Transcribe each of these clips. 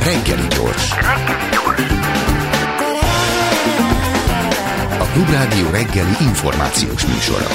Reggeli gyors. A Klubrádió reggeli információs műsora.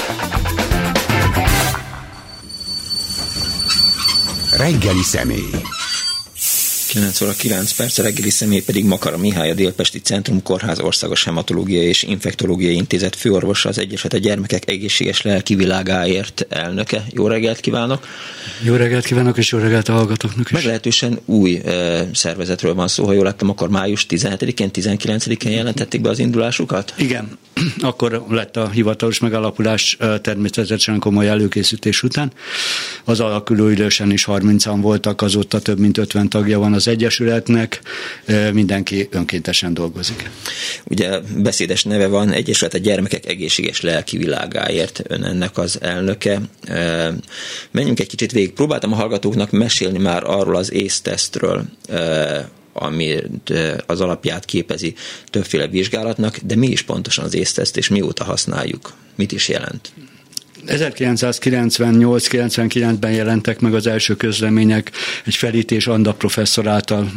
Reggeli személy. 9 óra 9 perc, a reggeli személy pedig Makara Mihály, a Délpesti Centrum Kórház Országos Hematológiai és Infektológiai Intézet főorvosa, az Egyesület a Gyermekek Egészséges Lelki Világáért elnöke. Jó reggelt kívánok! Jó reggelt kívánok, és jó reggelt a hallgatóknak is! Meglehetősen új szervezetről van szó, ha jól láttam, akkor május 17-én, 19-én jelentették be az indulásukat? Igen, akkor lett a hivatalos megállapodás, természetesen komoly előkészítés után. Az alakuló idősen is 30-an voltak, azóta több mint 50 tagja van az Egyesületnek, mindenki önkéntesen dolgozik. Ugye beszédes neve van, Egyesület a Gyermekek Egészséges Lelki Világáért, ön ennek az elnöke. Menjünk egy kicsit végig. Próbáltam a hallgatóknak mesélni már arról az ACE-tesztről, ami az alapját képezi többféle vizsgálatnak, de mi is pontosan az ACE-teszt, és mióta használjuk? Mit is jelent? 1998-99-ben jelentek meg az első közlemények egy Felítés Anda professzor által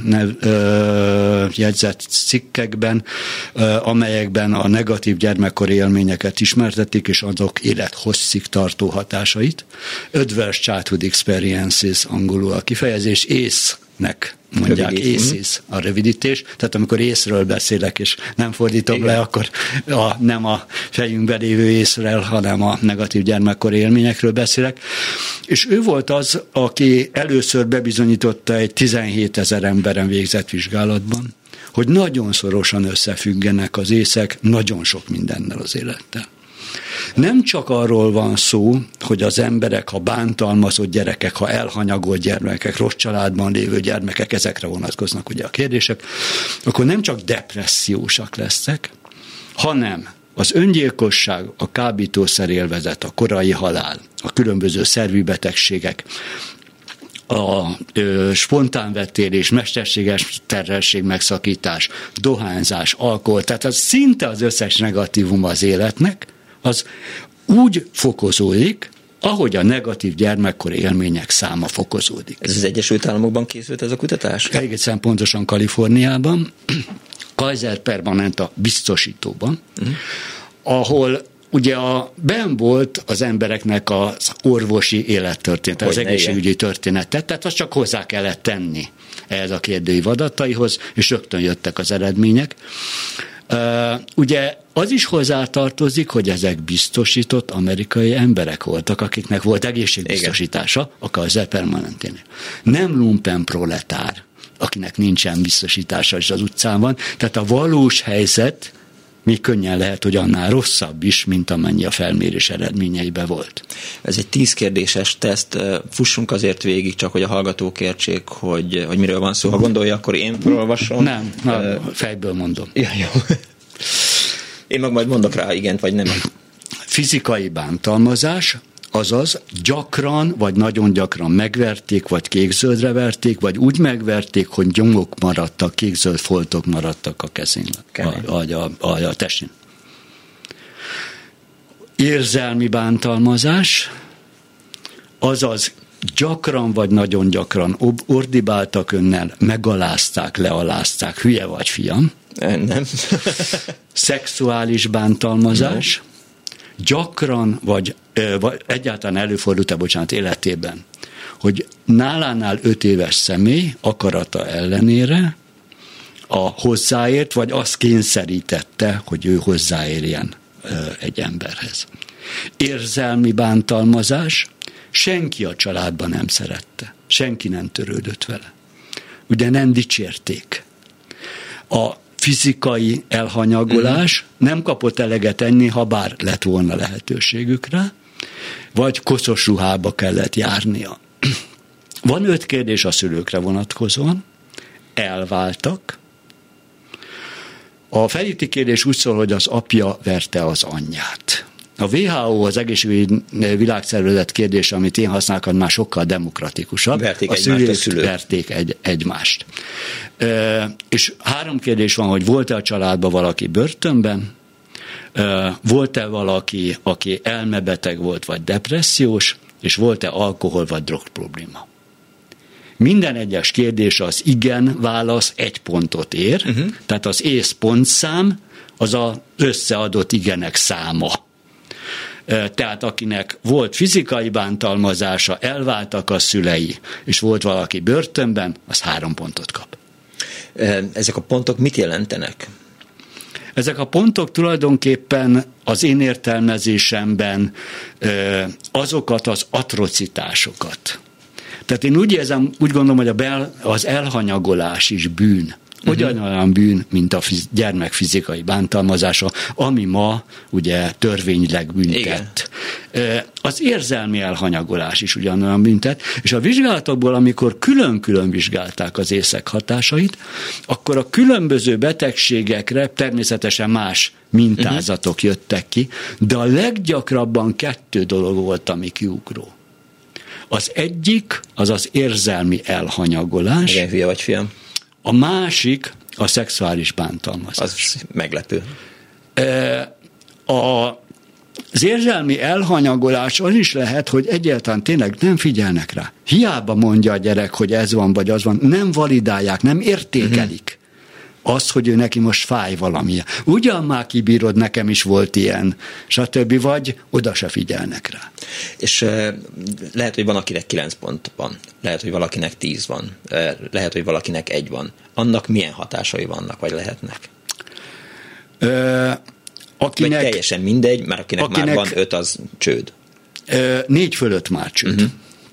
jegyzett cikkekben, amelyekben a negatív gyermekkori élményeket ismertették, és azok élethosszig tartó hatásait. Adverse Childhood Experiences angolul a kifejezés, ACE-nek mondják, ACEs a rövidítés, tehát amikor észről beszélek, és nem fordítom le, akkor nem a fejünkben lévő észről, hanem a negatív gyermekkori élményekről beszélek. És ő volt az, aki először bebizonyította egy 17 000 emberen végzett vizsgálatban, hogy nagyon szorosan összefüggenek az észek nagyon sok mindennel az élettel. Nem csak arról van szó, hogy az emberek, ha bántalmazott gyerekek, ha elhanyagolt gyermekek, rossz családban lévő gyermekek, ezekre vonatkoznak ugye a kérdések, akkor nem csak depressziósak lesznek, hanem az öngyilkosság, a kábítószerélvezet, a korai halál, a különböző szervi betegségek, a spontánvettélés, mesterséges terhesség megszakítás, dohányzás, alkohol, tehát az szinte az összes negatívum az életnek, az úgy fokozódik, ahogy a negatív gyermekkori élmények száma fokozódik. Ez az Egyesült Államokban készült ez a kutatás? Egészen pontosan Kaliforniában, Kaiser Permanente biztosítóban, ahol ugye benn volt az embereknek az orvosi élettörténet, az egészségügyi történetet, tehát azt csak hozzá kellett tenni ehhez a kérdőív adataihoz, és rögtön jöttek az eredmények. Ugye az is hozzátartozik, hogy ezek biztosított amerikai emberek voltak, akiknek volt egészségbiztosítása a Kaiser Permanenténél. Nem lumpen proletár, akinek nincsen biztosítása is az utcán van, tehát a valós helyzet még könnyen lehet, hogy annál rosszabb is, mint amennyi a felmérés eredményeiben volt. Ez egy 10 kérdéses teszt, fussunk azért végig, csak hogy a hallgatók értsék, hogy miről van szó. Ha gondolja, akkor én felolvasom. Nem, fejből mondom. Ja, jó. Én meg majd mondok rá igent, vagy nem. Fizikai bántalmazás, azaz gyakran, vagy nagyon gyakran megverték, vagy kékzöldre verték, vagy úgy megverték, hogy nyomok maradtak, kékzöld foltok maradtak a kezén, a testén. Érzelmi bántalmazás, azaz gyakran, vagy nagyon gyakran ordibáltak önnel, megalázták, lealázták, hülye vagy fiam. Nem. Szexuális bántalmazás, gyakran, vagy egyáltalán előfordult-e, életében, hogy nálánál 5 éves személy akarata ellenére hozzáért, vagy azt kényszerítette, hogy ő hozzáérjen egy emberhez. Érzelmi bántalmazás, senki a családban nem szerette, senki nem törődött vele. Ugye nem dicsérték. A fizikai elhanyagolás, nem kapott eleget enni, ha bár lett volna lehetőségük rá, vagy koszos ruhába kellett járnia. Van 5 kérdés a szülőkre vonatkozóan, elváltak. A felíti kérdés úgy szól, hogy az apja verte az anyját. A WHO, az Egészségügyi Világszervezet kérdése, amit én használok, már sokkal demokratikusabb. Verték a szülők verték egymást. És 3 kérdés van, hogy volt-e a családban valaki börtönben, volt-e valaki, aki elmebeteg volt, vagy depressziós, és volt-e alkohol vagy drog probléma. minden egyes kérdés az igen válasz 1 pontot ér, tehát az ész pontszám az az összeadott igenek száma. Tehát akinek volt fizikai bántalmazása, elváltak a szülei, és volt valaki börtönben, az 3 pontot kap. Ezek a pontok mit jelentenek? Ezek a pontok tulajdonképpen az én értelmezésemben azokat az atrocitásokat. Tehát én úgy gondolom, hogy az elhanyagolás is bűn. Ugyanolyan bűn, mint a gyermek fizikai bántalmazása, ami ma ugye törvényileg büntet. Az érzelmi elhanyagolás is ugyanolyan büntet, és a vizsgálatokból, amikor külön-külön vizsgálták az észek hatásait, akkor a különböző betegségekre természetesen más mintázatok jöttek ki, de a leggyakrabban 2 dolog volt, ami kiugró. Az egyik, az az érzelmi elhanyagolás. Igen, hülye vagy, fiam. A másik a szexuális bántalmazás. Az meglepő. Az érzelmi elhanyagolás az is lehet, hogy egyáltalán tényleg nem figyelnek rá. Hiába mondja a gyerek, hogy ez van, vagy az van, nem validálják, nem értékelik azt, hogy ő neki most fáj valami. Ugyan már kibírod, nekem is volt ilyen, stb. Vagy oda se figyelnek rá. És lehet, hogy van, akinek 9 pont van, lehet, hogy valakinek 10 van, lehet, hogy valakinek 1 van. Annak milyen hatásai vannak, vagy lehetnek? Vagy teljesen mindegy, mert akinek már van 5, az csőd. 4 fölött már csőd.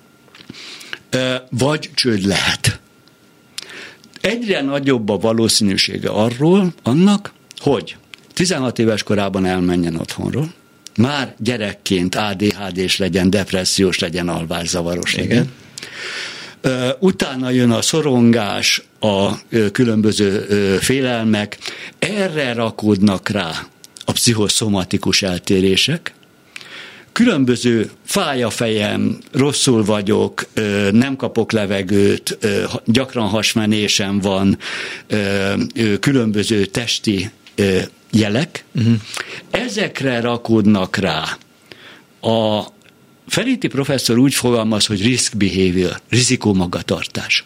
Vagy csőd lehet. Egyre nagyobb a valószínűsége annak, hogy 16 éves korában elmenjen otthonról, már gyerekként ADHD-s legyen, depressziós legyen, alvászavaros legyen. Utána jön a szorongás, a különböző félelmek, erre rakódnak rá a pszichoszomatikus eltérések, különböző fáj a fejem, rosszul vagyok, nem kapok levegőt, gyakran hasmenésem van, különböző testi jelek. Ezekre rakódnak rá. A Feréti professzor úgy fogalmaz, hogy risk behavior, rizikómagatartás.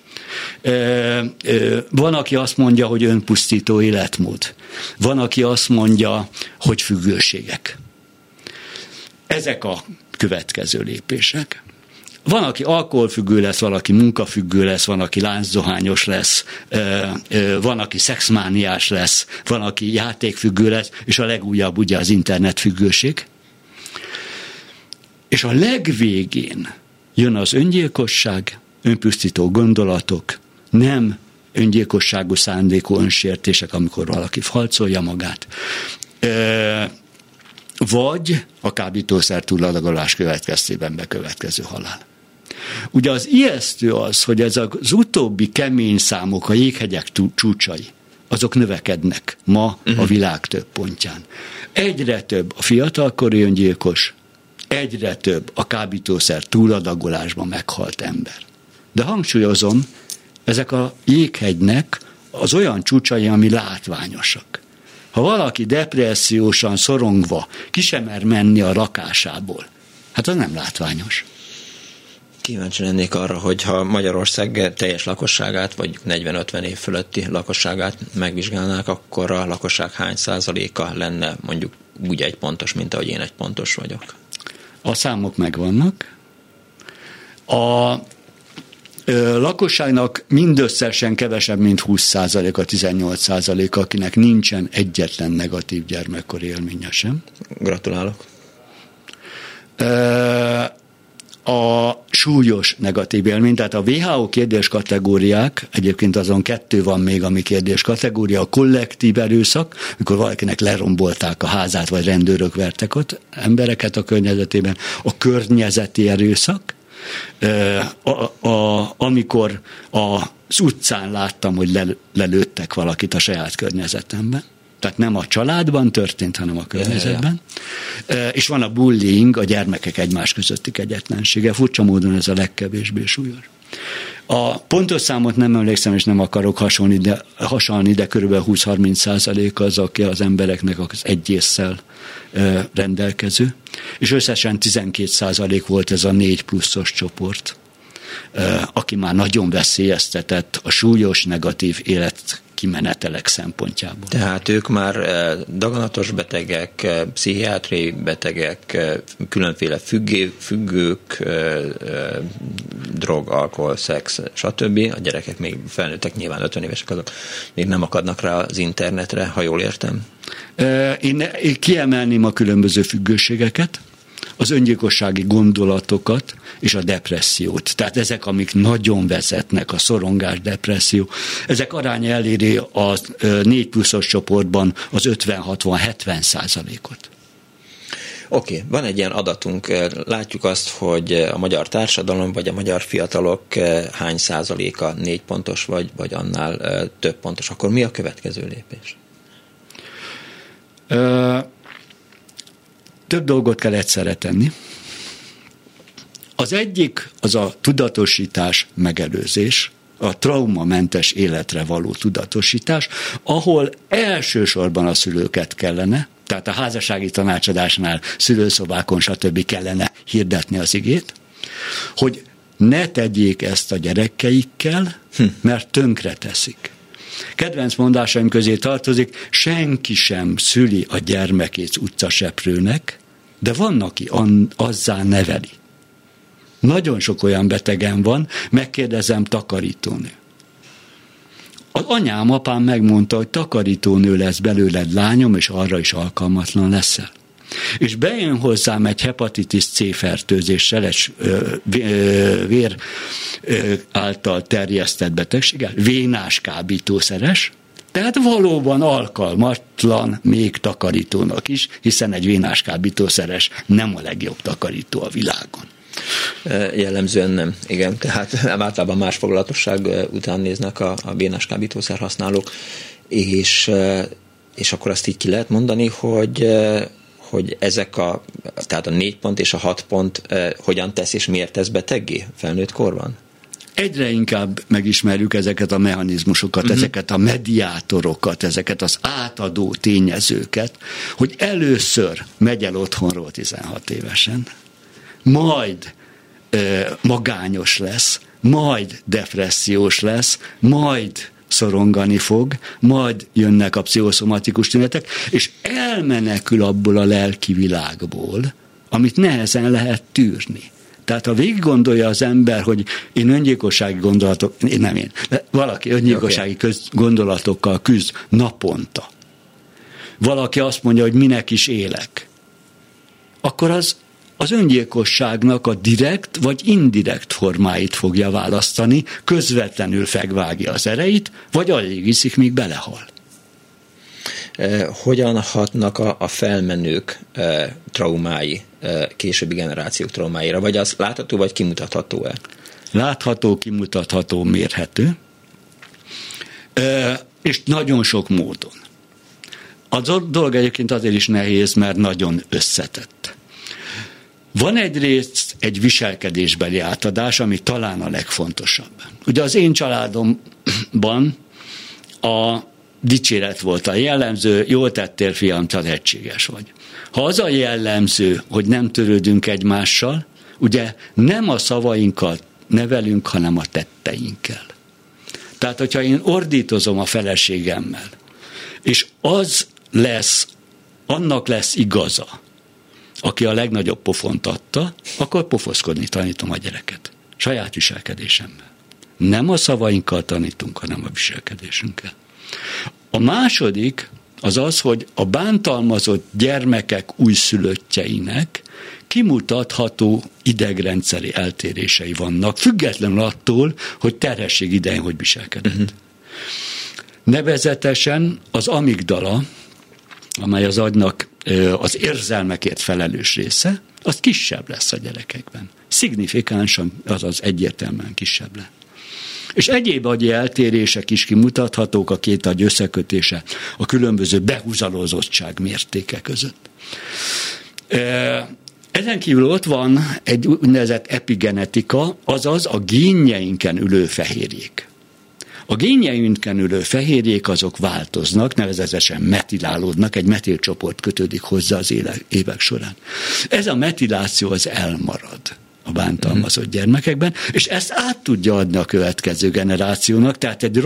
Van, aki azt mondja, hogy önpusztító életmód. Van, aki azt mondja, hogy függőségek. Ezek a következő lépések. Van, aki alkoholfüggő lesz, valaki munkafüggő lesz, van, aki láncdohányos lesz, van, aki szexmániás lesz, van, aki játékfüggő lesz, és a legújabb ugye az internetfüggőség. És a legvégén jön az öngyilkosság, önpusztító gondolatok, nem öngyilkosságú szándékú önsértések, amikor valaki falcolja magát, vagy a kábítószer túladagolás következtében bekövetkező halál. Ugye az ijesztő az, hogy ez az utóbbi kemény számok, a jéghegyek csúcsai, azok növekednek ma a világ több pontján. Egyre több a fiatalkori öngyilkos, egyre több a kábítószer túladagolásban meghalt ember. De hangsúlyozom, ezek a jéghegynek az olyan csúcsai, ami látványosak. Ha valaki depressziósan szorongva ki sem mer menni a lakásából, hát az nem látványos. Kíváncsi lennék arra, hogyha Magyarország teljes lakosságát, vagy 40-50 év fölötti lakosságát megvizsgálnák, akkor a lakosság hány százaléka lenne mondjuk úgy 1 pontos, mint ahogy én 1 pontos vagyok? A számok megvannak. A lakosságnak mindösszesen kevesebb, mint 20%, a 18%, akinek nincsen egyetlen negatív gyermekkori élménye sem. Gratulálok. A súlyos negatív élmény, tehát a WHO kérdéskategóriák, egyébként azon 2 van még, ami kérdéskategória, a kollektív erőszak, mikor valakinek lerombolták a házát, vagy rendőrök vertek ott embereket a környezetében, a környezeti erőszak, amikor az utcán láttam, hogy lelőttek valakit a saját környezetemben. Tehát nem a családban történt, hanem a környezetben. És van a bullying, a gyermekek egymás közötti kegyetlensége. Furcsa módon ez a legkevésbé súlyos. A pontos számot nem emlékszem, és nem akarok hasonlni, de körülbelül 20-30% az, aki az embereknek az 1 ésszel rendelkező. És összesen 12% volt ez a 4 pluszos csoport. aki már nagyon veszélyeztetett a súlyos negatív életkimenetelek szempontjából. Tehát ők már daganatos betegek, pszichiátriai betegek, különféle függők, drog, alkohol, szex, stb. A gyerekek még felnőttek, nyilván 50 évesek, azok még nem akadnak rá az internetre, ha jól értem. Én kiemelném a különböző függőségeket, az öngyilkossági gondolatokat és a depressziót. Tehát ezek, amik nagyon vezetnek, a szorongás, depresszió, ezek aránya eléri a 4 pluszos csoportban az 50-60-70%-ot. Oké, van egy ilyen adatunk, látjuk azt, hogy a magyar társadalom, vagy a magyar fiatalok hány százaléka 4 pontos, vagy annál több pontos. Akkor mi a következő lépés? Több dolgot kell egyszerre tenni. Az egyik az a tudatosítás, megelőzés, a traumamentes életre való tudatosítás, ahol elsősorban a szülőket kellene, tehát a házassági tanácsadásnál, szülőszobákon, stb. Kellene hirdetni az igét, hogy ne tegyék ezt a gyerekeikkel, mert tönkre teszik. Kedvenc mondásaim közé tartozik, senki sem szüli a gyermekét utcaseprőnek, de van, aki azzá neveli. Nagyon sok olyan betegen van, megkérdezem, takarítónő. Az anyám, apám megmondta, hogy takarítónő lesz belőled, lányom, és arra is alkalmatlan leszel. És bejön hozzám egy hepatitis C fertőzéssel, egy vér által terjesztett betegséggel, vénás kábítószeres, tehát valóban alkalmatlan még takarítónak is, hiszen egy vénás kábítószeres nem a legjobb takarító a világon. Jellemzően nem, igen. Tehát általában más foglalatosság után néznek a vénás kábítószer használók, és akkor azt így ki lehet mondani, hogy ezek tehát a 4 pont és a 6 pont hogyan tesz és miért tesz beteggé felnőtt korban? Egyre inkább megismerjük ezeket a mechanizmusokat, ezeket a mediátorokat, ezeket az átadó tényezőket, hogy először megy el otthonról 16 évesen, majd magányos lesz, majd depressziós lesz, majd szorongani fog, majd jönnek a pszichoszomatikus tünetek, és elmenekül abból a lelki világból, amit nehezen lehet tűrni. Tehát ha végig gondolja az ember, hogy én öngyilkossági valaki öngyilkossági gondolatokkal küzd naponta, valaki azt mondja, hogy minek is élek, akkor az öngyilkosságnak a direkt vagy indirekt formáit fogja választani, közvetlenül fegvágja az ereit, vagy alig iszik, míg belehal. Hogyan hatnak a felmenők traumái, későbbi generációk traumáira? Vagy az látható, vagy kimutatható-e? Látható, kimutatható, mérhető, és nagyon sok módon. A dolog egyébként azért is nehéz, mert nagyon összetett. Van egyrészt egy viselkedésbeli átadás, ami talán a legfontosabb. Ugye az én családomban a dicséret volt a jellemző, jól tettél, fiam, te tehetséges vagy. Ha az a jellemző, hogy nem törődünk egymással, ugye nem a szavainkkal nevelünk, hanem a tetteinkkel. Tehát, hogyha én ordítozom a feleségemmel, és annak lesz igaza, aki a legnagyobb pofont adta, akkor pofoszkodni tanítom a gyereket. Saját viselkedésemmel. Nem a szavainkkal tanítunk, hanem a viselkedésünkkel. A második az, hogy a bántalmazott gyermekek újszülöttjeinek kimutatható idegrendszeri eltérései vannak, függetlenül attól, hogy terhesség idején hogy viselkedett. Nevezetesen az amigdala, amely az agynak az érzelmekért felelős része, az kisebb lesz a gyerekekben. Szignifikánsan, azaz egyértelműen kisebb lesz. És egyéb agyi eltérések is kimutathatók a két agy összekötése a különböző behúzalozottság mértéke között. Ezen kívül ott van egy úgynevezett epigenetika, azaz a génjeinken ülő fehérjék. A génjeinken ülő fehérjék azok változnak, nevezetesen metilálódnak, egy metilcsoport kötődik hozzá az évek során. Ez a metiláció az elmarad. a bántalmazott gyermekekben, és ezt át tudja adni a következő generációnak, tehát egy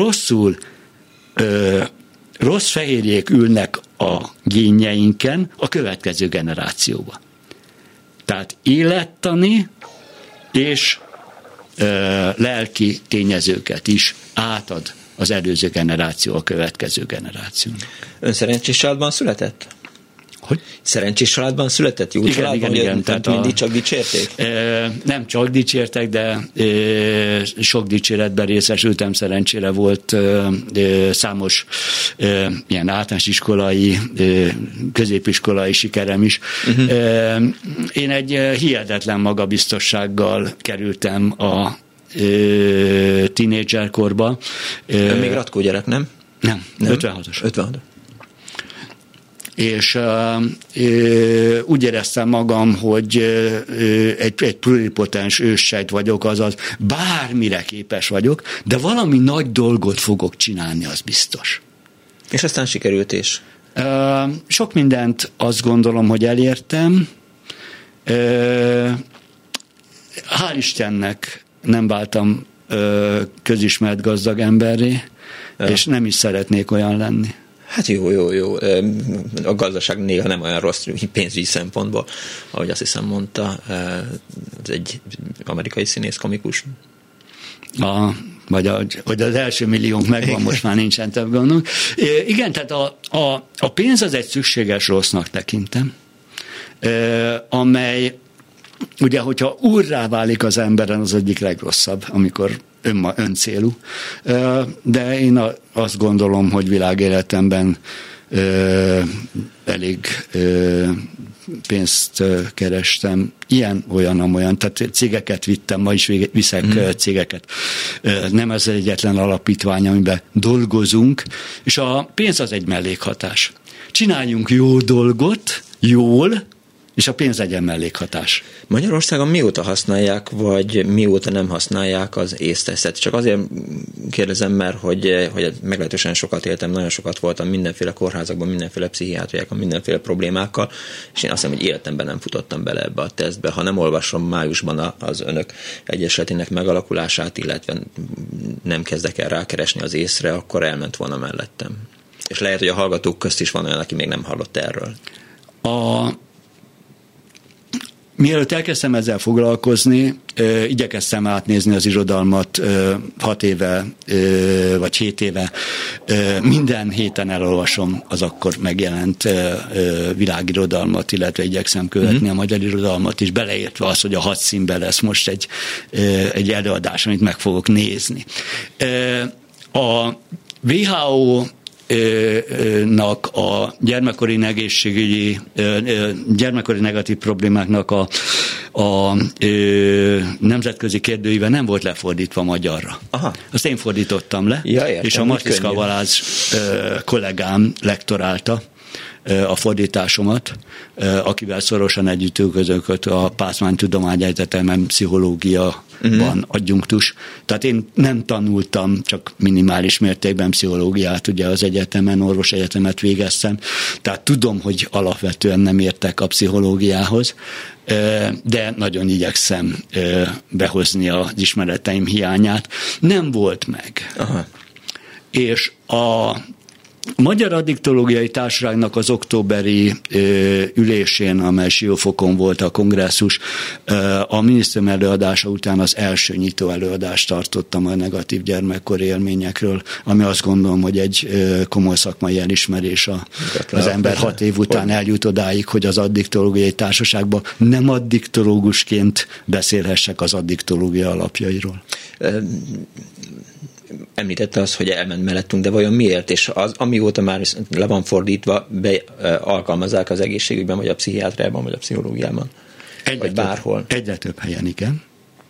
rossz fehérjék ülnek a génjeinken a következő generációba. Tehát élettani és lelki tényezőket is átad az előző generáció a következő generációnak. Ön szerencsés családban született? Hogy? Szerencsés családban született? Jó családban? Igen. Tehát mindig csak dicsérték? Nem csak dicsértek, de sok dicséretben részesültem, szerencsére volt számos ilyen általános iskolai, középiskolai sikerem is. Én egy hihetetlen magabiztossággal kerültem a tínédzserkorba. Ön még ratkó gyerek, nem? Nem, 56-os. 56. És úgy éreztem magam, hogy egy pluripotens őssejt vagyok, azaz bármire képes vagyok, de valami nagy dolgot fogok csinálni, az biztos. És aztán sikerült is? Sok mindent azt gondolom, hogy elértem. Hál' Istennek nem váltam közismert gazdag emberré, és nem is szeretnék olyan lenni. Hát jó. A gazdaság néha nem olyan rossz pénzügyi szempontból, ahogy azt hiszem mondta, ez egy amerikai színész komikus. Vagy az első milliónk megvan, most már nincsen több gondunk. Igen, tehát a pénz az egy szükséges rossznak tekintem, amely ugye, hogyha úrrá válik az emberen, az egyik legrosszabb, amikor öncélú. De én azt gondolom, hogy világéletemben elég pénzt kerestem, olyan, tehát cégeket vittem, ma is viszek cégeket. Nem ez egyetlen alapítvány, amiben dolgozunk, és a pénz az egy mellékhatás. Csináljunk jó dolgot, jól, és a pénz legyen mellékhatás. Magyarországon mióta használják, vagy mióta nem használják az észtesztet? Csak azért kérdezem, mert hogy meglehetősen sokat éltem, nagyon sokat voltam mindenféle kórházakban, mindenféle pszichiátriákon, mindenféle problémákkal, és én azt hiszem, hogy életemben nem futottam bele ebbe a tesztbe. Ha nem olvasom májusban az önök egyesületének megalakulását, illetve nem kezdek el rákeresni az észre, akkor elment volna mellettem. És lehet, hogy a hallgatók közt is van olyan, aki még nem hallott erről. Mielőtt elkezdtem ezzel foglalkozni, igyekeztem átnézni az irodalmat 6 éve, vagy 7 éve. Minden héten elolvasom az akkor megjelent világirodalmat, illetve igyekszem követni a magyar irodalmat is, beleértve az, hogy a 6 színben lesz most egy előadás, amit meg fogok nézni. A WHO nak a gyermekkori negatív problémáknak a nemzetközi kérdőíve nem volt lefordítva magyarra. Aha. Azt én fordítottam le, értem, és a Martiszka Balázs kollégám lektorálta a fordításomat, akivel szorosan együttműködök a Pázmány Tudományegyetemen pszichológiaban adjunktus. Tehát én nem tanultam, csak minimális mértékben pszichológiát, ugye az egyetemen, orvosegyetemet végeztem, tehát tudom, hogy alapvetően nem értek a pszichológiához, de nagyon igyekszem behozni az ismereteim hiányát. Nem volt meg. Aha. És a Magyar Addiktológiai Társaságnak az októberi ülésén, amely Siófokon volt a kongresszus, a minisztérium előadása után az első nyitó előadást tartottam a negatív gyermekkori élményekről, ami azt gondolom, hogy egy komoly szakmai elismerés az ember 6 év után eljut odáig, hogy az Addiktológiai Társaságban nem addiktológusként beszélhessek az addiktológia alapjairól. Említette azt, hogy elment mellettünk, de vajon miért? És az, amióta már le van fordítva, alkalmazzák az egészségügyben, vagy a pszichiátriában, vagy a pszichológiában? Vagy bárhol? Egyre több helyen, igen.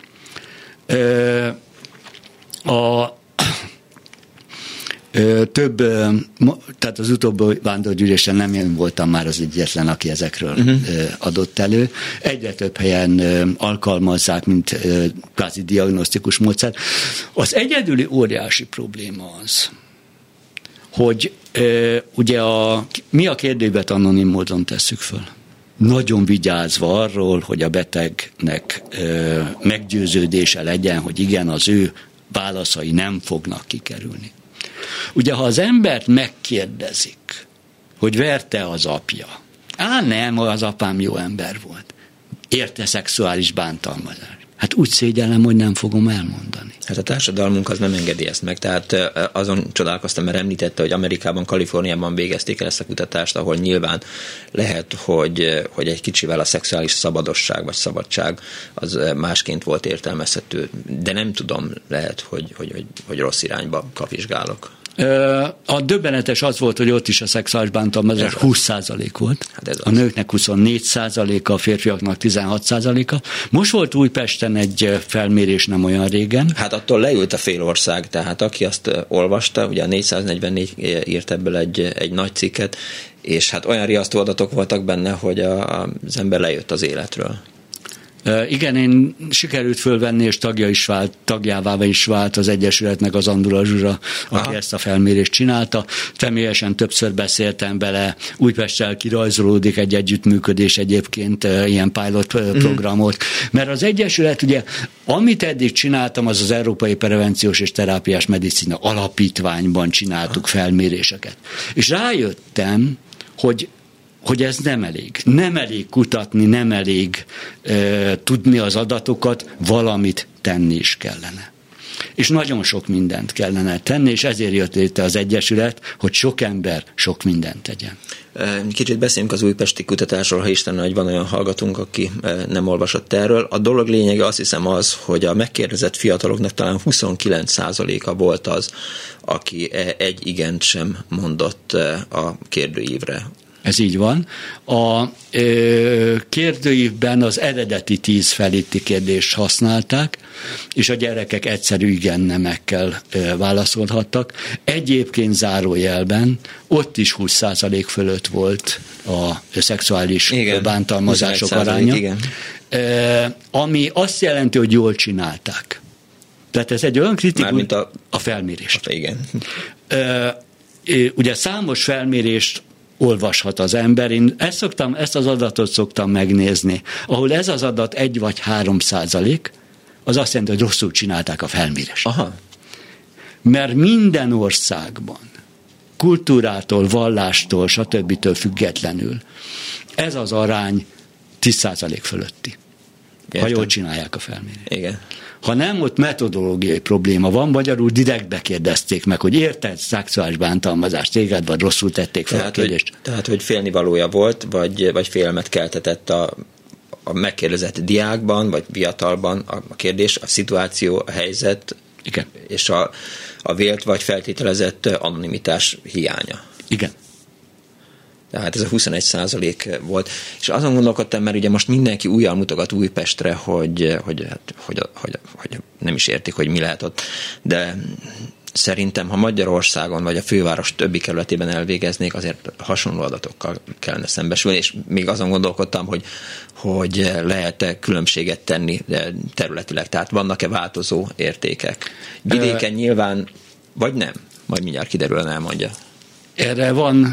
Tehát az utóbbi vándorgyűlésen nem én voltam már az egyetlen, aki ezekről adott elő. Egyre több helyen alkalmazzák, mint kvázi diagnosztikus módszer. Az egyedüli óriási probléma az, hogy ugye mi a kérdőívet anonim módon tesszük föl. nagyon vigyázva arról, hogy a betegnek meggyőződése legyen, hogy igen, az ő válaszai nem fognak kikerülni. Ugye, ha az embert megkérdezik, hogy verte az apja, nem, az apám jó ember volt, érte szexuális bántalmazás. Hát úgy szégyellem, hogy nem fogom elmondani. Hát a társadalmunk az nem engedi ezt meg, tehát azon csodálkoztam, mert említette, hogy Amerikában, Kaliforniában végezték el ezt a kutatást, ahol nyilván lehet, hogy egy kicsivel a szexuális szabadosság vagy szabadság az másként volt értelmezhető, de nem tudom, lehet, hogy rossz irányba kapizsgálok. A döbbenetes az volt, hogy ott is a szexuális bántalmazás 20% volt. Hát a nőknek 24%, a férfiaknak 16%. Most volt Újpesten egy felmérés nem olyan régen. Hát attól leült a fél ország, tehát aki azt olvasta, ugye a 444 írt ebből egy nagy cikket, és hát olyan riasztó adatok voltak benne, hogy az ember lejött az életről. Igen, én sikerült fölvenni, és tagjává is vált az Egyesületnek az Andula Zsuzsa, aki ezt a felmérést csinálta. Személyesen többször beszéltem vele, Újpesttel kirajzolódik egy együttműködés egyébként, ilyen pilot programot, mert az Egyesület, ugye, amit eddig csináltam, az Európai Prevenciós és Terápiás Medicina Alapítványban csináltuk felméréseket. És rájöttem, hogy ez nem elég. Nem elég kutatni, nem elég tudni az adatokat, valamit tenni is kellene. És nagyon sok mindent kellene tenni, és ezért jött létre az Egyesület, hogy sok ember sok mindent tegyen. Kicsit beszéljünk az újpesti kutatásról, ha Isten, hogy van olyan hallgatónk, aki nem olvasott erről. A dolog lényege azt hiszem az, hogy a megkérdezett fiataloknak talán 29%-a volt az, aki egy igent sem mondott a kérdőívre. Ez így van. A kérdőívben az eredeti 10 felitti kérdést használták, és a gyerekek egyszerű igen-nemekkel válaszolhattak. Egyébként zárójelben ott is 20% fölött volt a szexuális bántalmazások aránya. Igen. Ami azt jelenti, hogy jól csinálták. Tehát ez egy olyan kritikus... a felmérést. Igen. Ugye számos felmérést olvashat az ember. Én ezt az adatot szoktam megnézni. Ahol ez az adat 1 vagy 3%, az azt jelenti, hogy rosszul csinálták a felmérést. Aha. Mert minden országban, kultúrától, vallástól, stb. Függetlenül ez az arány 10% fölötti. Értem. Ha jól csinálják a felmérést. Igen. Ha nem, ott metodológiai probléma van, magyarul direkt bekérdezték meg, hogy érted szexuális bántalmazást téged, vagy rosszul tették fel a kérdést. Tehát, hogy félnivalója volt, vagy félelmet keltetett a megkérdezett diákban, vagy fiatalban a kérdés, a szituáció, a helyzet, igen, és a vélt vagy feltételezett anonimitás hiánya. Igen. Tehát ez a 21% volt. És azon gondolkodtam, mert ugye most mindenki újjal mutogat Újpestre, hogy nem is értik, hogy mi lehet ott. De szerintem, ha Magyarországon vagy a főváros többi kerületében elvégeznék, azért hasonló adatokkal kellene szembesülni, és még azon gondolkodtam, hogy lehet-e különbséget tenni területileg, tehát vannak-e változó értékek. Vidéken nyilván, vagy nem? Majd mindjárt kiderül, elmondja. Erre van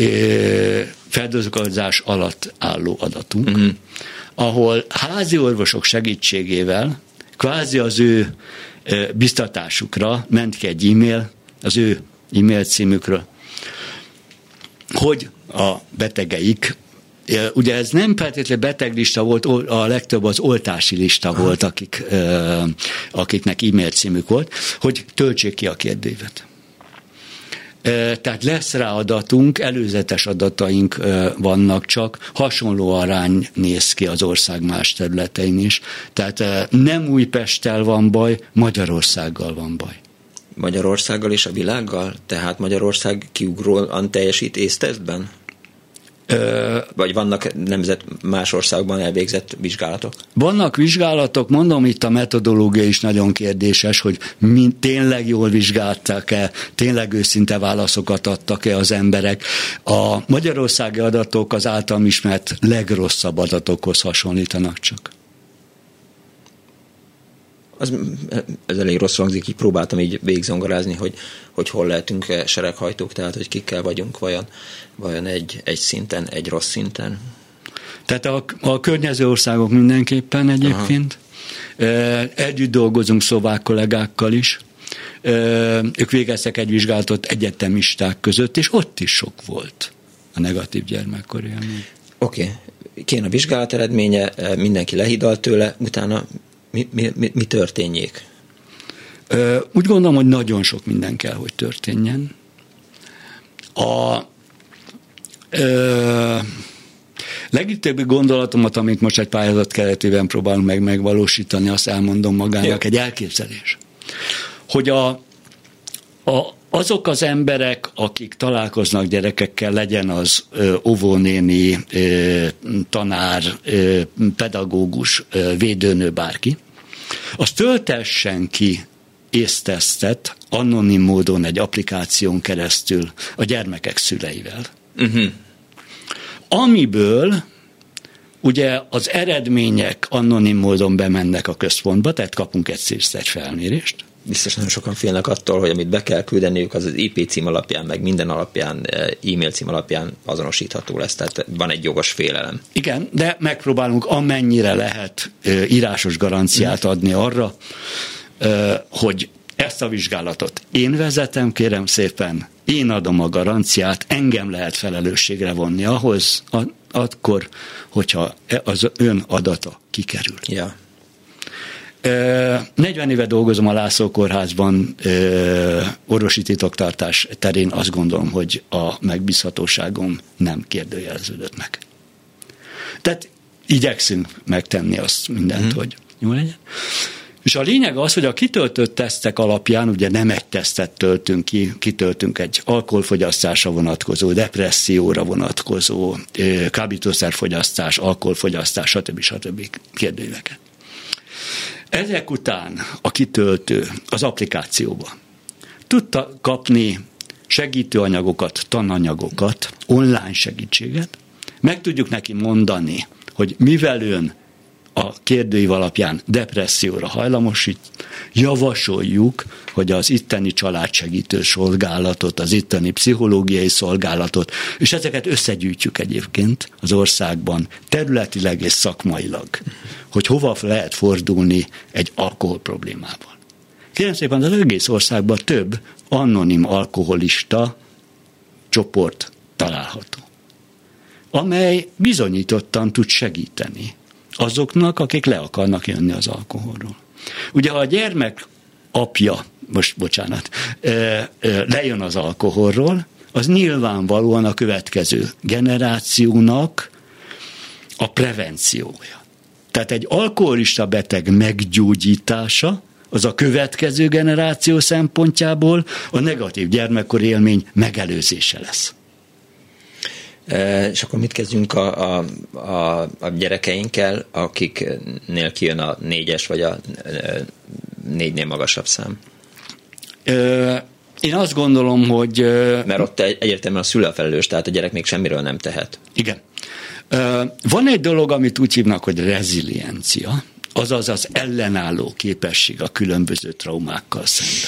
feldolgozás alatt álló adatunk, ahol házi orvosok segítségével kvázi az ő biztatásukra ment ki egy e-mail, az ő e-mail címükről, hogy a betegeik, ugye ez nem feltétlenül beteglista volt, a legtöbb az oltási lista volt, akiknek e-mail címük volt, hogy töltsék ki a kérdőívet. Tehát lesz rá adatunk, előzetes adataink vannak csak, hasonló arány néz ki az ország más területein is. Tehát nem Újpesttel van baj, Magyarországgal van baj. Magyarországgal és a világgal? Tehát Magyarország kiugróan teljesít észtesztben? Vagy vannak más országban elvégzett vizsgálatok? Vannak vizsgálatok, mondom, itt a metodológia is nagyon kérdéses, hogy tényleg jól vizsgálták-e, tényleg őszinte válaszokat adtak-e az emberek. A magyarországi adatok az általam ismert legrosszabb adatokhoz hasonlítanak csak. Ez elég rossz hangzik, így próbáltam így végigzongorázni, hogy hol lehetünk sereghajtók, tehát hogy kikkel vagyunk vajon egy szinten, egy rossz szinten. Tehát a környező országok mindenképpen egyébként. Együtt dolgozunk szlovák kollégákkal is. Ők végeztek egy vizsgálatot egyetemisták között, és ott is sok volt a negatív gyermekkori élmény. Oké. Kijön a vizsgálat eredménye, mindenki lehidal tőle, utána mi történjék? Úgy gondolom, hogy nagyon sok minden kell, hogy történjen. Legtöbbi gondolatomat, amit most egy pályázat keretében próbálunk megvalósítani, azt elmondom magának, egy elképzelés. Hogy azok az emberek, akik találkoznak gyerekekkel, legyen az óvónéni, tanár, pedagógus, védőnő, bárki, az töltessen ki észtesztet anonim módon egy applikáción keresztül a gyermekek szüleivel. Uh-huh. Amiből ugye az eredmények anonim módon bemennek a központba, tehát kapunk egy felmérést. Biztos nagyon sokan félnek attól, hogy amit be kell küldeniük, az IP cím alapján, meg minden alapján, e-mail cím alapján azonosítható lesz, tehát van egy jogos félelem. Igen, de megpróbálunk amennyire lehet írásos garanciát adni arra, hogy ezt a vizsgálatot én vezetem, kérem szépen, én adom a garanciát, engem lehet felelősségre vonni ahhoz, akkor, hogyha az ön adata kikerül. Ja. 40 éve dolgozom a László Kórházban orvosi titoktartás terén, azt gondolom, hogy a megbízhatóságom nem kérdőjeleződött meg. Tehát igyekszünk megtenni azt mindent, hogy jó legyen. És a lényeg az, hogy a kitöltött tesztek alapján, ugye nem egy tesztet töltünk ki, kitöltünk egy alkoholfogyasztásra vonatkozó, depresszióra vonatkozó, kábítószerfogyasztás, alkoholfogyasztás, stb. Kérdőíveket. Ezek után a kitöltő az applikációba tudta kapni segítőanyagokat, tananyagokat, online segítséget, meg tudjuk neki mondani, hogy mivel ön a kérdőív alapján depresszióra hajlamosít, javasoljuk, hogy az itteni családsegítő szolgálatot, az itteni pszichológiai szolgálatot, és ezeket összegyűjtjük egyébként az országban területileg és szakmailag, hogy hova lehet fordulni egy alkohol problémával. Kérem szépen, az egész országban több anonim alkoholista csoport található, amely bizonyítottan tud segíteni azoknak, akik le akarnak jönni az alkoholról. Ugye, ha a gyermek apja, lejön az alkoholról, az nyilvánvalóan a következő generációnak a prevenciója. Tehát egy alkoholista beteg meggyógyítása az a következő generáció szempontjából a negatív gyermekkori élmény megelőzése lesz. És akkor mit kezdjünk a gyerekeinkkel, akiknél kijön a 4-es vagy a 4-nél magasabb szám? Én azt gondolom, hogy... Mert ott egyértelműen a szülő a felelős, tehát a gyerek még semmiről nem tehet. Igen. Van egy dolog, amit úgy hívnak, hogy reziliencia, azaz az ellenálló képesség a különböző traumákkal szemben.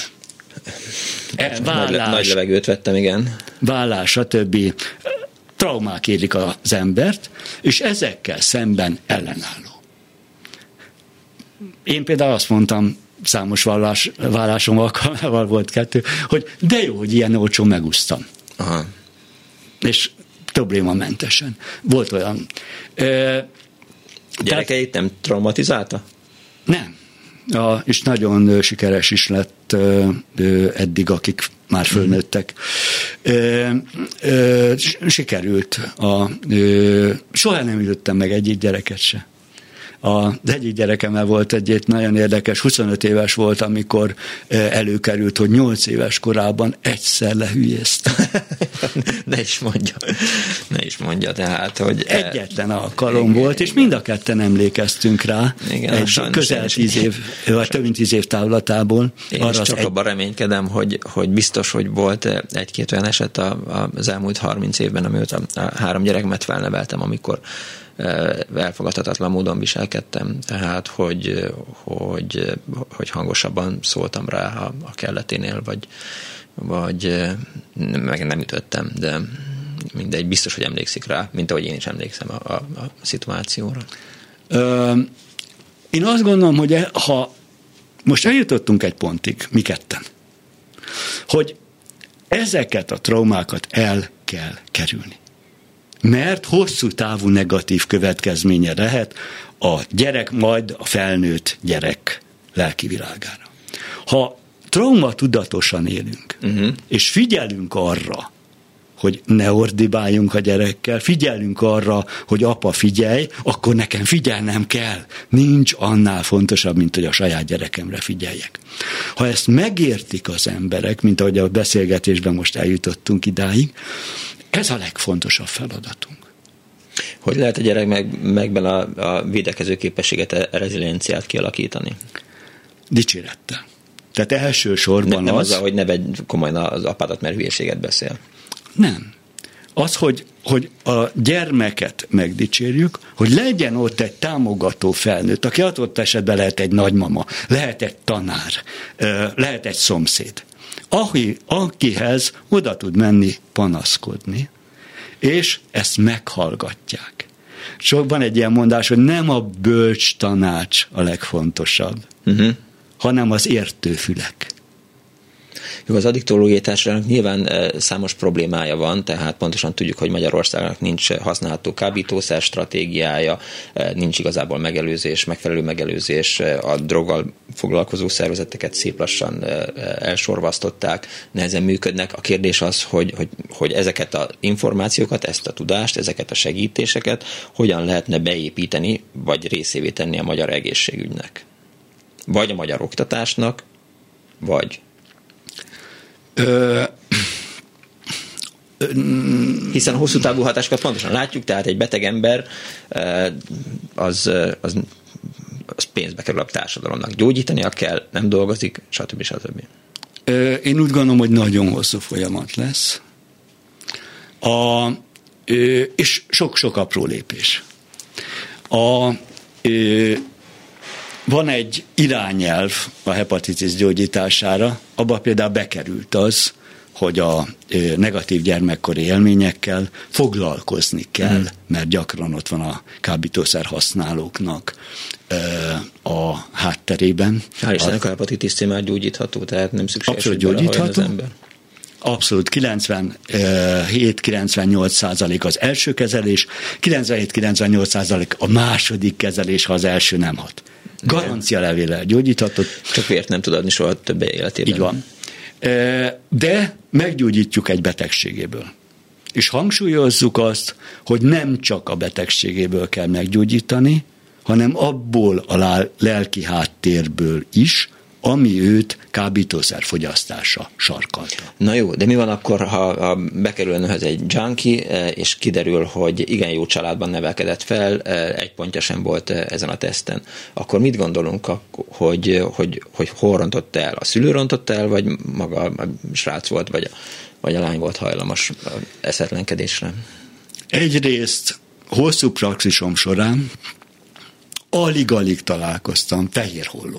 Nagy levegőt vettem, igen. Vállás, stb. Traumák érik az embert, és ezekkel szemben ellenálló. Én például azt mondtam, számos vállásom alkalmával volt 2, hogy de jó, hogy ilyen olcsón megúsztam. Aha. És problémamentesen. Volt olyan. Gyerekeit nem traumatizálta? Nem. És nagyon sikeres is lett eddig, akik már fölnőttek. Sikerült. Soha nem ütöttem meg egyik gyereket se. Az egyik gyerekemmel volt egy nagyon érdekes, 25 éves volt, amikor előkerült, hogy 8 éves korában egyszer lehülyézte. Ne is mondja, tehát, hogy... Egyetlen alkalom volt, és mind a ketten emlékeztünk rá, igen, egy közel 10 év, vagy több mint 10 év távlatából. Én is csak abban reménykedem, hogy biztos, hogy volt egy-két olyan eset az elmúlt 30 évben, amióta a 3 gyerekemet felneveltem, amikor elfogadhatatlan módon viselkedtem, tehát hogy hangosabban szóltam rá a kelleténél, vagy meg nem ütöttem, mindegy, biztos, hogy emlékszik rá, mint ahogy én is emlékszem a szituációra. Én azt gondolom, hogy ha most eljutottunk egy pontig, mi ketten, hogy ezeket a traumákat el kell kerülni. Mert hosszú távú negatív következménye lehet a gyerek, majd a felnőtt gyerek lelkivilágára. Ha trauma tudatosan élünk, és figyelünk arra, hogy ne ordibáljunk a gyerekkel, figyelünk arra, hogy apa figyelj, akkor nekem figyelnem kell. Nincs annál fontosabb, mint hogy a saját gyerekemre figyeljek. Ha ezt megértik az emberek, mint ahogy a beszélgetésben most eljutottunk idáig, ez a legfontosabb feladatunk. Hogy lehet a gyerekben a védekező képességet, a rezilienciát kialakítani? Dicsérettel. Tehát elsősorban nem azzal, hogy ne vedd komolyan az apádat, mert hülyeséget beszél. Nem. Az, hogy a gyermeket megdicsérjük, hogy legyen ott egy támogató felnőtt, aki adott esetben lehet egy nagymama, lehet egy tanár, lehet egy szomszéd, akihez oda tud menni panaszkodni, és ezt meghallgatják. Van egy ilyen mondás, hogy nem a bölcs tanács a legfontosabb, hanem az értő fülek. Jó, az addiktológiai társadalomnak nyilván számos problémája van, tehát pontosan tudjuk, hogy Magyarországnak nincs használható kábítószer stratégiája, nincs igazából megelőzés, megfelelő megelőzés, a droggal foglalkozó szervezeteket szép lassan elsorvasztották, nehezen működnek. A kérdés az, hogy ezeket az információkat, ezt a tudást, ezeket a segítéseket hogyan lehetne beépíteni, vagy részévé tenni a magyar egészségügynek. Vagy a magyar oktatásnak, vagy... Hiszen a hosszú távú hatásokat pontosan látjuk, tehát egy beteg ember az pénzbe kerül a társadalomnak. Gyógyítania kell, nem dolgozik, stb. Én úgy gondolom, hogy nagyon hosszú folyamat lesz. És sok-sok apró lépés. Van egy irányelv a hepatitis gyógyítására, abba például bekerült az, hogy a negatív gyermekkori élményekkel foglalkozni kell, mert gyakran ott van a kábítószer használóknak a hátterében. Hál' Istennek a hepatitis C már gyógyítható, tehát nem szükséges, abszolút gyógyítható. Abszolút 97-98% az első kezelés, 97-98% a második kezelés, ha az első nem hat. Garancia levéllel gyógyíthatott. Csak vért nem tud adni soha többé életében. Így van. De meggyógyítjuk egy betegségéből. És hangsúlyozzuk azt, hogy nem csak a betegségéből kell meggyógyítani, hanem abból a lelki háttérből is, ami őt kábítószer fogyasztása sarkalta. Na jó, de mi van akkor, ha bekerül önhöz egy junkie, és kiderül, hogy igen jó családban nevelkedett fel, egy pontja sem volt ezen a teszten. Akkor mit gondolunk, hogy hol rontott el? A szülő rontott el, vagy maga a srác volt, vagy a lány volt hajlamos eszetlenkedésre? Egyrészt hosszú praxisom során alig-alig találkoztam fehérholló.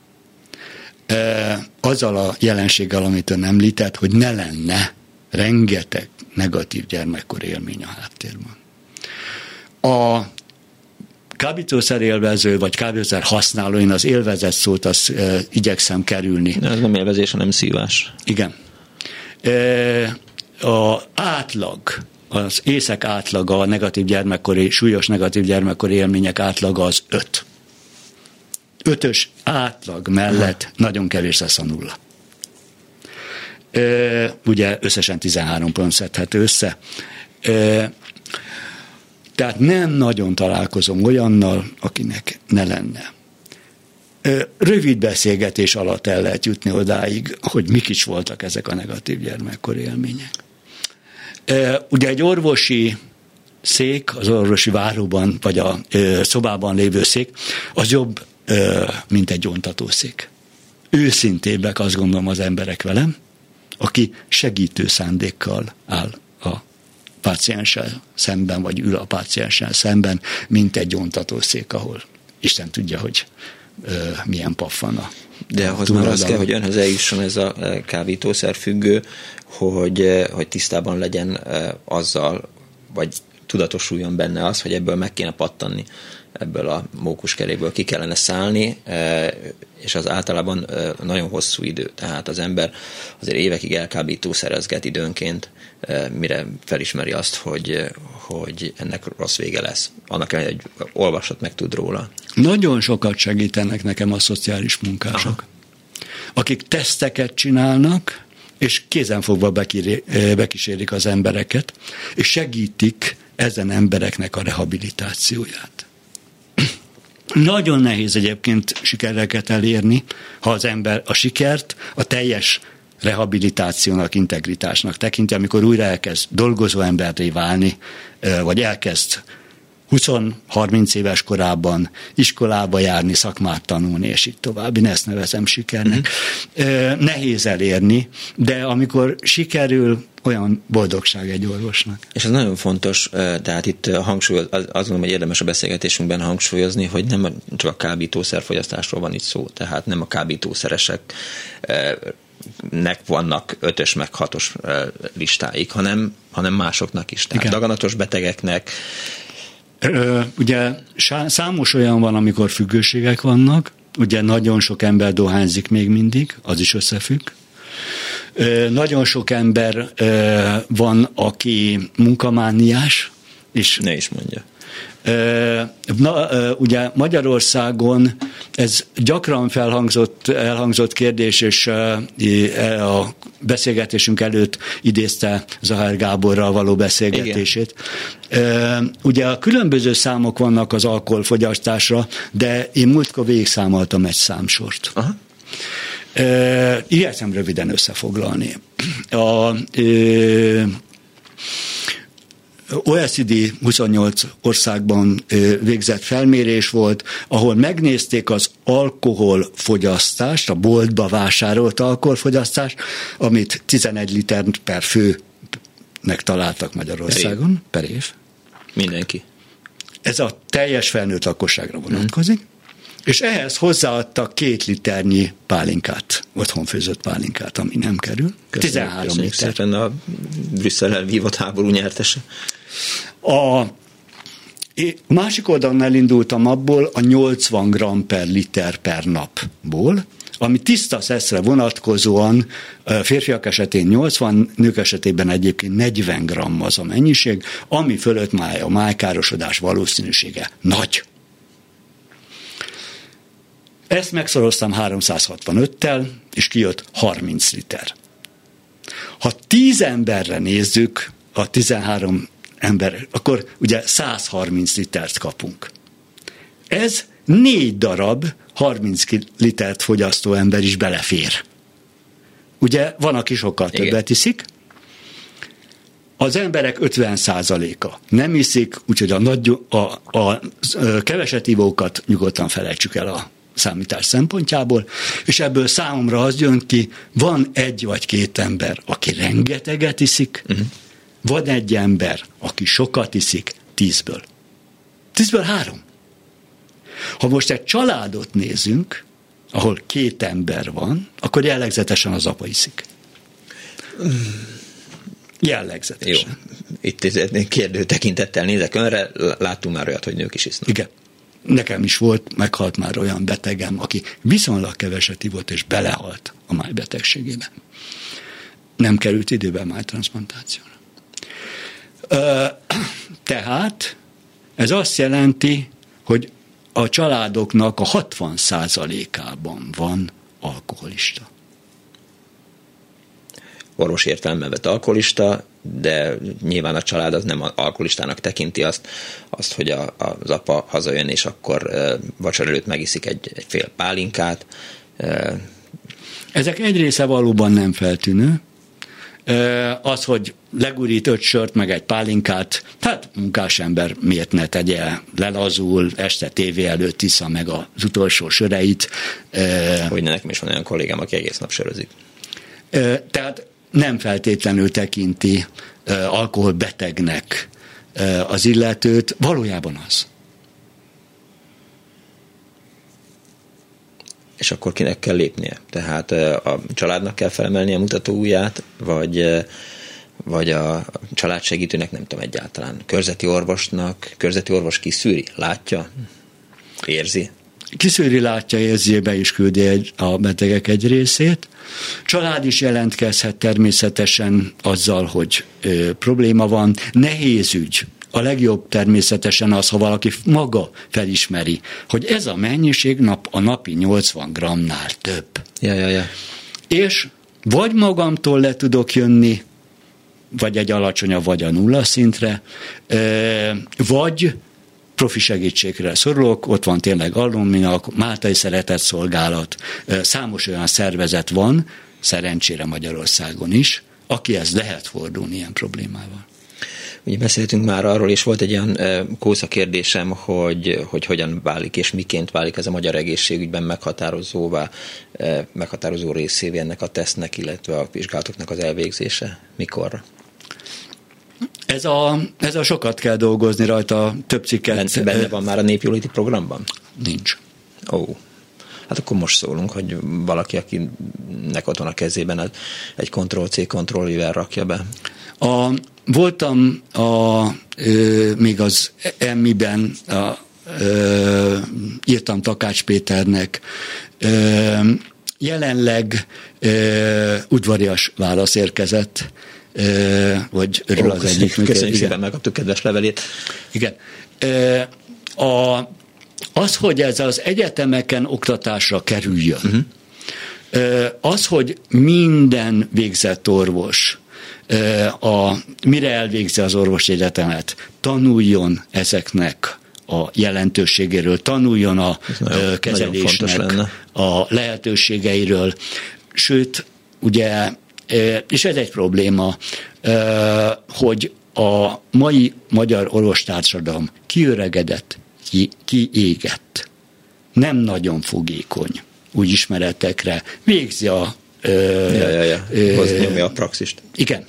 Azzal a jelenséggel, amit ön említett, hogy ne lenne rengeteg negatív gyermekkori élmény a háttérben. A kábítószer élvező, vagy kábítószer használó, én az élvezet szót azt igyekszem kerülni. Ez nem élvezés, hanem szívás. Igen. Az észek átlaga, a negatív gyermekkori, súlyos negatív gyermekkori élmények átlaga az 5. 5-ös átlag mellett nagyon kevés lesz a 0. Ugye összesen 13 pont szedhető össze. Tehát nem nagyon találkozom olyannal, akinek ne lenne. Rövid beszélgetés alatt el lehet jutni odáig, hogy mik is voltak ezek a negatív gyermekkori élmények. Ugye egy orvosi szék, az orvosi váróban, vagy a szobában lévő szék, az jobb, mint egy gyóntatószék. Őszintébbek, azt gondolom, az emberek velem, aki segítő szándékkal áll a pácienssel szemben, vagy ül a pácienssel szemben, mint egy gyóntatószék, ahol Isten tudja, hogy milyen paffan. De ahhoz már az kell, hogy önhöz eljusson ez a kábítószer függő, hogy tisztában legyen azzal, vagy tudatosuljon benne az, hogy ebből meg kéne pattanni, ebből a mókuskeréből ki kellene szállni, és az általában nagyon hosszú idő. Tehát az ember azért évekig elkábítószerezget időnként, mire felismeri azt, hogy ennek rossz vége lesz. Annak ellenére, hogy olvasat meg tud róla. Nagyon sokat segítenek nekem a szociális munkások, akik teszteket csinálnak, és kézenfogva bekísérik az embereket, és segítik ezen embereknek a rehabilitációját. Nagyon nehéz egyébként sikereket elérni, ha az ember a sikert a teljes rehabilitációnak, integritásnak tekinti, amikor újra elkezd dolgozó emberré válni, vagy elkezd 20-30 éves korában iskolába járni, szakmát tanulni, és így tovább. Én ezt nevezem sikernek. Nehéz elérni, de amikor sikerül, olyan boldogság egy orvosnak. És ez nagyon fontos, tehát itt azt gondolom, hogy érdemes a beszélgetésünkben hangsúlyozni, hogy nem csak a kábítószerfogyasztásról van itt szó, tehát nem a kábítószereseknek vannak 5-ös meg 6-os listáik, hanem másoknak is. Tehát daganatos betegeknek. Ugye számos olyan van, amikor függőségek vannak, ugye nagyon sok ember dohányzik még mindig, az is összefügg. Nagyon sok ember van, aki munkamániás. És ne is mondja. Ugye Magyarországon ez gyakran elhangzott kérdés, és a beszélgetésünk előtt idézte Zahár Gáborral való beszélgetését. Igen. Ugye a különböző számok vannak az alkoholfogyasztásra, de én múltkor végigszámoltam egy számsort. Aha. Igyekszem röviden összefoglalni. OECD 28 országban végzett felmérés volt, ahol megnézték az alkoholfogyasztást, a boltba vásárolt alkoholfogyasztást, amit 11 liter per főnek találtak Magyarországon per év. Mindenki. Ez a teljes felnőtt lakosságra vonatkozik. És ehhez hozzáadtak 2 liternyi pálinkát, otthon főzött pálinkát, ami nem kerül. 13 liter. Szépen a Brüsszellel vívott háború nyertese. A másik oldalon elindultam abból a 80 gram per liter per napból, ami tiszta szeszre vonatkozóan férfiak esetén 80, nők esetében egyébként 40 gram az a mennyiség, ami fölött már a májkárosodás valószínűsége nagy. Ezt megszoroztam 365-tel, és kijött 30 liter. Ha 10 emberre nézzük, a 13 ember, akkor ugye 130 litert kapunk. Ez 4 darab 30 litert fogyasztó ember is belefér. Ugye van, aki sokkal többet iszik, az emberek 50%-a nem iszik, úgyhogy a keveset ivókat nyugodtan felejtsük el a számítás szempontjából, és ebből számomra az jön ki, van 1 vagy 2 ember, aki rengeteget iszik, van 1 ember, aki sokat iszik, 10-ből. 10-ből 3. Ha most egy családot nézünk, ahol 2 ember van, akkor jellegzetesen az apa iszik. Jellegzetesen. Jó. Itt kérdő tekintettel nézek önre, láttunk már olyat, hogy nők is isznak. Igen. Nekem is volt, meghalt már olyan betegem, aki viszonylag keveset ivott, és belehalt a májbetegségébe. Nem került időben májtranszplantációra. Tehát ez azt jelenti, hogy a családoknak a 60%-ában van alkoholista. Orvos értelemben vett alkoholista, de nyilván a család az nem alkoholistának tekinti azt, hogy az apa hazajön, és akkor vacsora előtt megiszik egy fél pálinkát. Ezek egy része valóban nem feltűnő. Az, hogy legurít 5 sört, meg egy pálinkát, hát munkásember miért ne tegye, lelazul, este tévé előtt iszza meg az utolsó söreit. Hogy nekem is van olyan kollégám, aki egész nap sörözik. Tehát nem feltétlenül tekinti alkoholbetegnek az illetőt, valójában az. És akkor kinek kell lépnie? Tehát a családnak kell felemelnie a mutatóujját, vagy a családsegítőnek, nem tudom egyáltalán, körzeti orvos kiszűri, látja, érzi? Kiszűri, látja, érzi, be is küldi a betegek egy részét. Család is jelentkezhet természetesen azzal, hogy probléma van. Nehéz ügy. A legjobb természetesen az, ha valaki maga felismeri, hogy ez a mennyiség a napi 80 grammnál több. Ja. És vagy magamtól le tudok jönni, vagy egy alacsonyabb, vagy a nulla szintre, vagy profi segítségre szorulok, ott van tényleg Alumninak, Máltai Szeretetszolgálat, számos olyan szervezet van, szerencsére Magyarországon is, akihez lehet fordulni ilyen problémával. Ugye beszéltünk már arról, és volt egy olyan kósza kérdésem, hogy hogyan válik és miként válik ez a magyar egészségügyben meghatározó részévé ennek a tesztnek, illetve a vizsgálatoknak az elvégzése. Mikorra? Ez a sokat kell dolgozni rajta, több cikket. Benne van már a népjóléti programban? Nincs. Hát akkor most szólunk, hogy valaki, akinek ott van a kezében, egy Ctrl-C, Ctrl-V-vel rakja be. Voltam még az EMI-ben, írtam Takács Péternek, jelenleg udvarias válasz érkezett, vagy örül az egyik. Köszönjük szépen, megkaptuk kedves levelét. Igen. Az, hogy ez az egyetemeken oktatásra kerüljön, az, hogy minden végzett orvos, mire elvégzi az orvosegyetemet, tanuljon ezeknek a jelentőségéről, tanuljon a kezelésnek a lehetőségeiről, sőt, ugye, és ez egy probléma, hogy a mai magyar orvostársadalom kiöregedett, kiégett, nem nagyon fogékony új ismeretekre, végzi nyomja a praxist. Igen.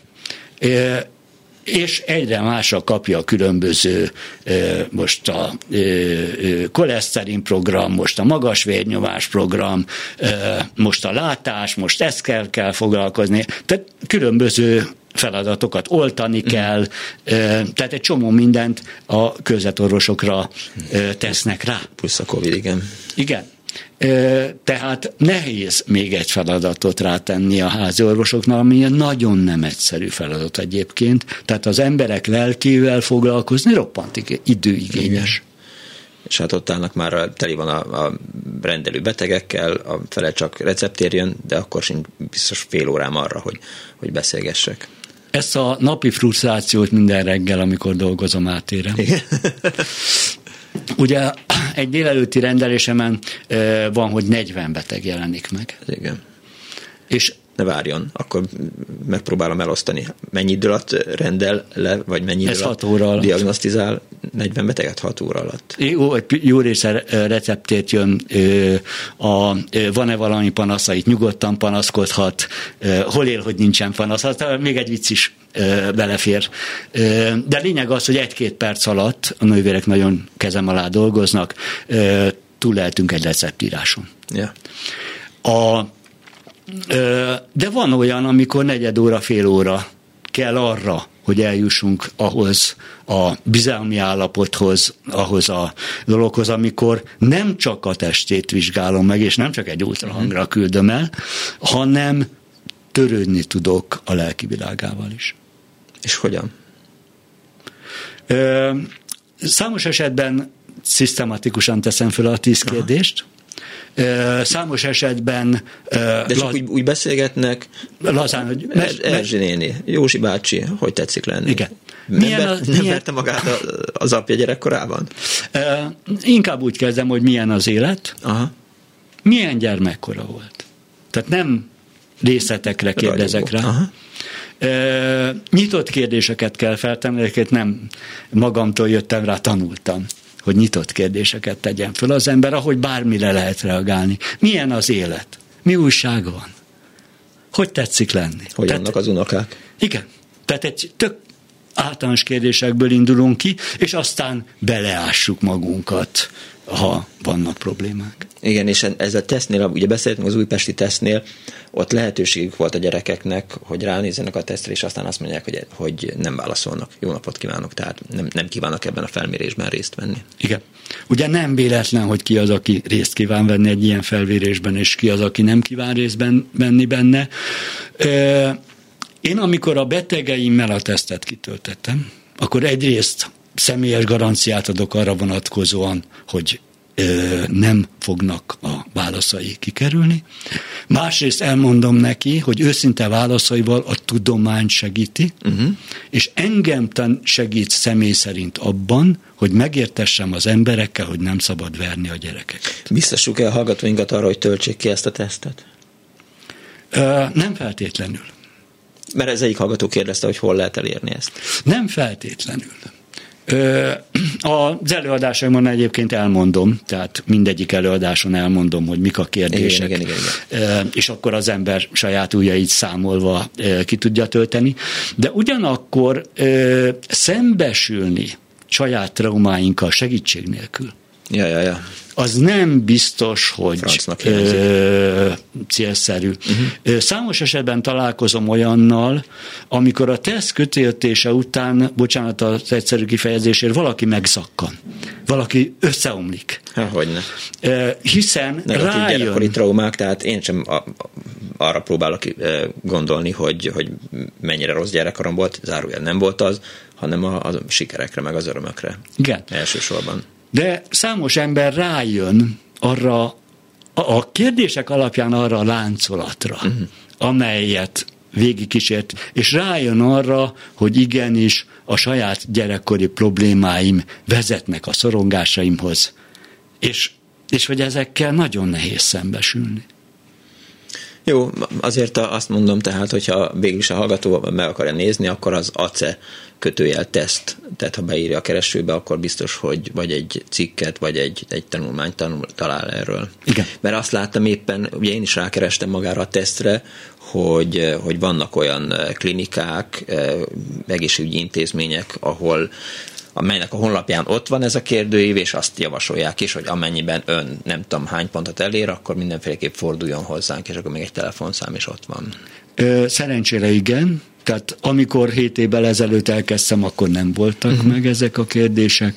És egyre másra kapja a különböző, most a koleszterin program, most a magas vérnyomás program, most a látás, most ezt kell foglalkozni. Tehát különböző feladatokat oltani kell, tehát egy csomó mindent a körzetorvosokra tesznek rá. Plusz a Covid, igen. Igen. Tehát nehéz még egy feladatot rátenni a házi orvosoknak, ami nagyon nem egyszerű feladat egyébként. Tehát az emberek lelkével foglalkozni roppant időigényes. Igen. És hát ott állnak már, teli van a rendelő betegekkel, a fele csak receptért jön, de akkor sincs biztos fél órám arra, hogy beszélgessek. Ezt a napi frusztrációt minden reggel, amikor dolgozom, átérem. Igen. Ugye egy délelőtti rendelésemen van, hogy 40 beteg jelenik meg. Igen. És ne várjon, akkor megpróbálom elosztani. Mennyi idő alatt rendel le, vagy mennyi idő alatt diagnosztizál 40 beteget 6 óra alatt? Jó része receptért jön, van-e valami panaszait, nyugodtan panaszkodhat, hol él, hogy nincsen panasz, még egy vicc is belefér. De lényeg az, hogy 1-2 perc alatt a nővérek nagyon kezem alá dolgoznak, túl lehetünk egy receptíráson. Ja. De van olyan, amikor 4 óra, fél óra kell arra, hogy eljussunk ahhoz a bizalmi állapothoz, ahhoz a dologhoz, amikor nem csak a testét vizsgálom meg, és nem csak egy ultrahangra küldöm el, hanem törődni tudok a lelki világával is. És hogyan? Számos esetben szisztematikusan teszem fel a 10 kérdést. Számos esetben... De csak úgy beszélgetnek, lazán, hogy... Erzsi néni, Józsi bácsi, hogy tetszik lenni? Igen. Nem verte magát az apja gyerekkorában? Inkább úgy kezdem, hogy milyen az élet, milyen gyermekkora volt. Tehát nem részletekre kérdezek rá. Nyitott kérdéseket kell feltenni, ezeket nem magamtól jöttem rá, tanultam, hogy nyitott kérdéseket tegyen föl az ember, ahogy bármire lehet reagálni. Milyen az élet? Mi újság van? Hogy tetszik lenni? Hogy annak az unokák? Igen. Tehát egy tök általános kérdésekből indulunk ki, és aztán beleássuk magunkat, ha vannak problémák. Igen, és ez a tesztnél, ugye beszéltünk az újpesti tesztnél, ott lehetőségük volt a gyerekeknek, hogy ránézzenek a tesztre, és aztán azt mondják, hogy nem válaszolnak. Jó napot kívánok, tehát nem kívánnak ebben a felmérésben részt venni. Igen. Ugye nem véletlen, hogy ki az, aki részt kíván venni egy ilyen felmérésben, és ki az, aki nem kíván részt venni benne. Én amikor a betegeimmel a tesztet kitöltettem, akkor egyrészt személyes garanciát adok arra vonatkozóan, hogy nem fognak a válaszai kikerülni. Másrészt elmondom neki, hogy őszinte válaszaival a tudomány segíti, és engem segít személy szerint abban, hogy megértessem az emberekkel, hogy nem szabad verni a gyerekeket. Biztosuk el a hallgatóinkat arra, hogy töltsék ki ezt a tesztet? Nem feltétlenül. Mert ez egyik hallgató kérdezte, hogy hol lehet elérni ezt. Nem feltétlenül. Az előadásaimon egyébként elmondom, tehát mindegyik előadáson elmondom, hogy mik a kérdések, igen. És akkor az ember saját ujjait számolva ki tudja tölteni. De ugyanakkor szembesülni saját traumáinkkal segítség nélkül, az nem biztos, hogy célszerű. Számos esetben találkozom olyannal, amikor a teszt kitöltése után, bocsánat az egyszerű kifejezésért, valaki megszakkan. Valaki összeomlik. Hogyne. Hiszen rájön... gyerekkori traumák, tehát én sem arra próbálok gondolni, hogy mennyire rossz gyerekkorom volt, zárójel nem volt az, hanem a sikerekre, meg az örömökre. Igen. Elsősorban. De számos ember rájön arra, a kérdések alapján arra a láncolatra, amelyet végigkísért, és rájön arra, hogy igenis a saját gyerekkori problémáim vezetnek a szorongásaimhoz, és hogy ezekkel nagyon nehéz szembesülni. Jó, azért azt mondom tehát, hogyha végülis a hallgató meg akarja nézni, akkor az ACE _teszt, tehát ha beírja a keresőbe, akkor biztos, hogy vagy egy cikket, vagy egy tanulmányt talál erről. Igen. Mert azt láttam éppen, ugye én is rákerestem magára a tesztre, hogy vannak olyan klinikák, egészségügyi intézmények, amelynek a honlapján ott van ez a kérdőív, és azt javasolják is, hogy amennyiben ön nem tudom hány pontot elér, akkor mindenféleképp forduljon hozzánk, és akkor még egy telefonszám is ott van. Szerencsére igen. Tehát amikor 7 évvel ezelőtt elkezdtem, akkor nem voltak meg ezek a kérdések.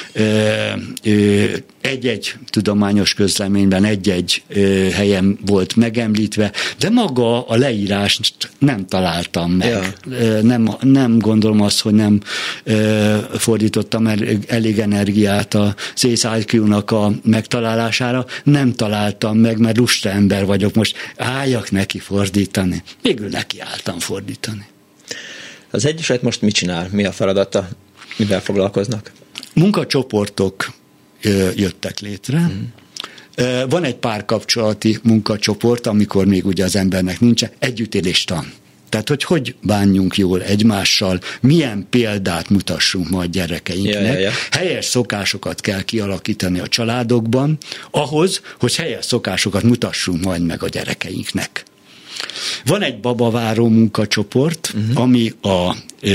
Egy-egy tudományos közleményben egy-egy helyen volt megemlítve, de maga a leírást nem találtam meg. Ja. Nem gondolom azt, hogy nem fordítottam elég energiát az ACE-IQ-nak a megtalálására. Nem találtam meg, mert lusta ember vagyok, most álljak neki fordítani. Végül neki álltam fordítani. Az Egyesület most mit csinál? Mi a feladata? Mivel foglalkoznak? Munkacsoportok jöttek létre. Van egy párkapcsolati munkacsoport, amikor még ugye az embernek nincsen, együttéléstan. Tehát, hogy bánjunk jól egymással, milyen példát mutassunk majd gyerekeinknek. Helyes szokásokat kell kialakítani a családokban, ahhoz, hogy helyes szokásokat mutassunk majd meg a gyerekeinknek. Van egy babaváró munkacsoport, ami a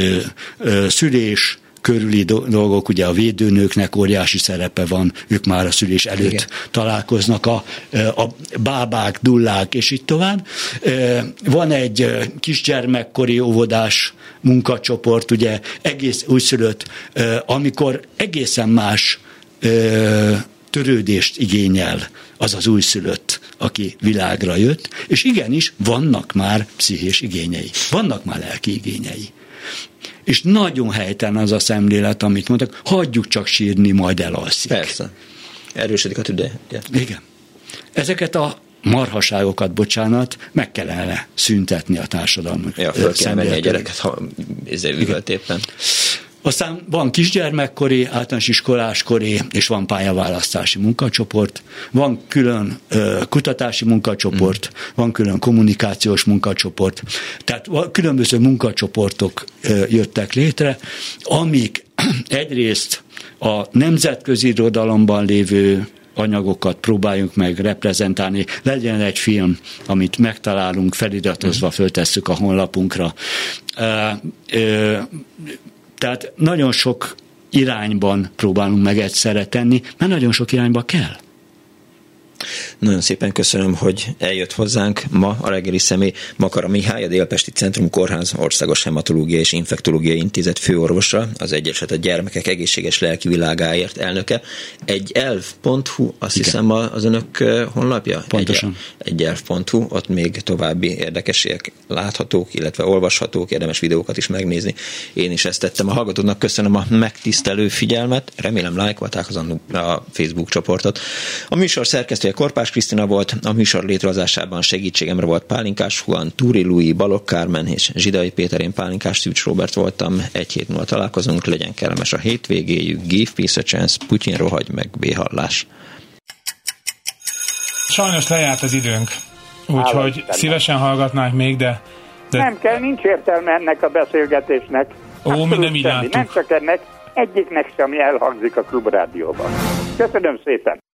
szülés körüli dolgok, ugye a védőnőknek óriási szerepe van, ők már a szülés előtt találkoznak, a bábák, dullák, és így tovább. Van egy kisgyermekkori óvodás munkacsoport, ugye egész újszülött, amikor egészen más törődést igényel az újszülött, aki világra jött, és igenis vannak már pszichés igényei, vannak már lelki igényei. És nagyon helytelen az a szemlélet, amit mondtak, hagyjuk csak sírni, majd elalszik. Persze. Erősödik a tüde. Igen. Ezeket a marhaságokat, bocsánat, meg kellene szüntetni a társadalmunk. Föl kell menni a gyereket, ha üvölt éppen. Aztán van kisgyermekkori, általános iskoláskori, és van pályaválasztási munkacsoport, van külön kutatási munkacsoport, van külön kommunikációs munkacsoport. Tehát különböző munkacsoportok jöttek létre, amik egyrészt a nemzetközi irodalomban lévő anyagokat próbáljunk meg reprezentálni. Legyen egy film, amit megtalálunk, feliratozva föltesszük a honlapunkra. Tehát nagyon sok irányban próbálunk meg egyszerre tenni, mert nagyon sok irányba kell. Nagyon szépen köszönöm, hogy eljött hozzánk ma a reggeli személy. Makara Mihály, a Délpesti Centrum Kórház Országos Hematológiai és Infektológiai Intézet főorvosa, az Egyesület a Gyermekek Egészséges Lelki Világáért elnöke. egyelv.hu, azt Igen. hiszem az önök honlapja? Pontosan. egyelv.hu, ott még további érdekességek láthatók, illetve olvashatók, érdemes videókat is megnézni. Én is ezt tettem. A hallgatóknak köszönöm a megtisztelő figyelmet, remélem lájkolták a Facebook csoportot. A műsor szerkesztője Korpás Krisztina volt, a műsor létrehozásában segítségemre volt Pálinkás Huan, Túri Lui, Balogh Kármen és Zsidai Péter, én Pálinkás Szűcs Róbert voltam. Egy hét múlva találkozunk, legyen kellemes a hétvégéjük, give peace a chance, Putyin rohagy meg, béhallás. Sajnos lejárt az időnk, úgyhogy szívesen hallgatnánk még, de... Nem kell, nincs értelme ennek a beszélgetésnek. Ó, mi nem így láttuk. Nem csak ennek, egyiknek sem elhangzik a Klubrádióban. Köszönöm szépen!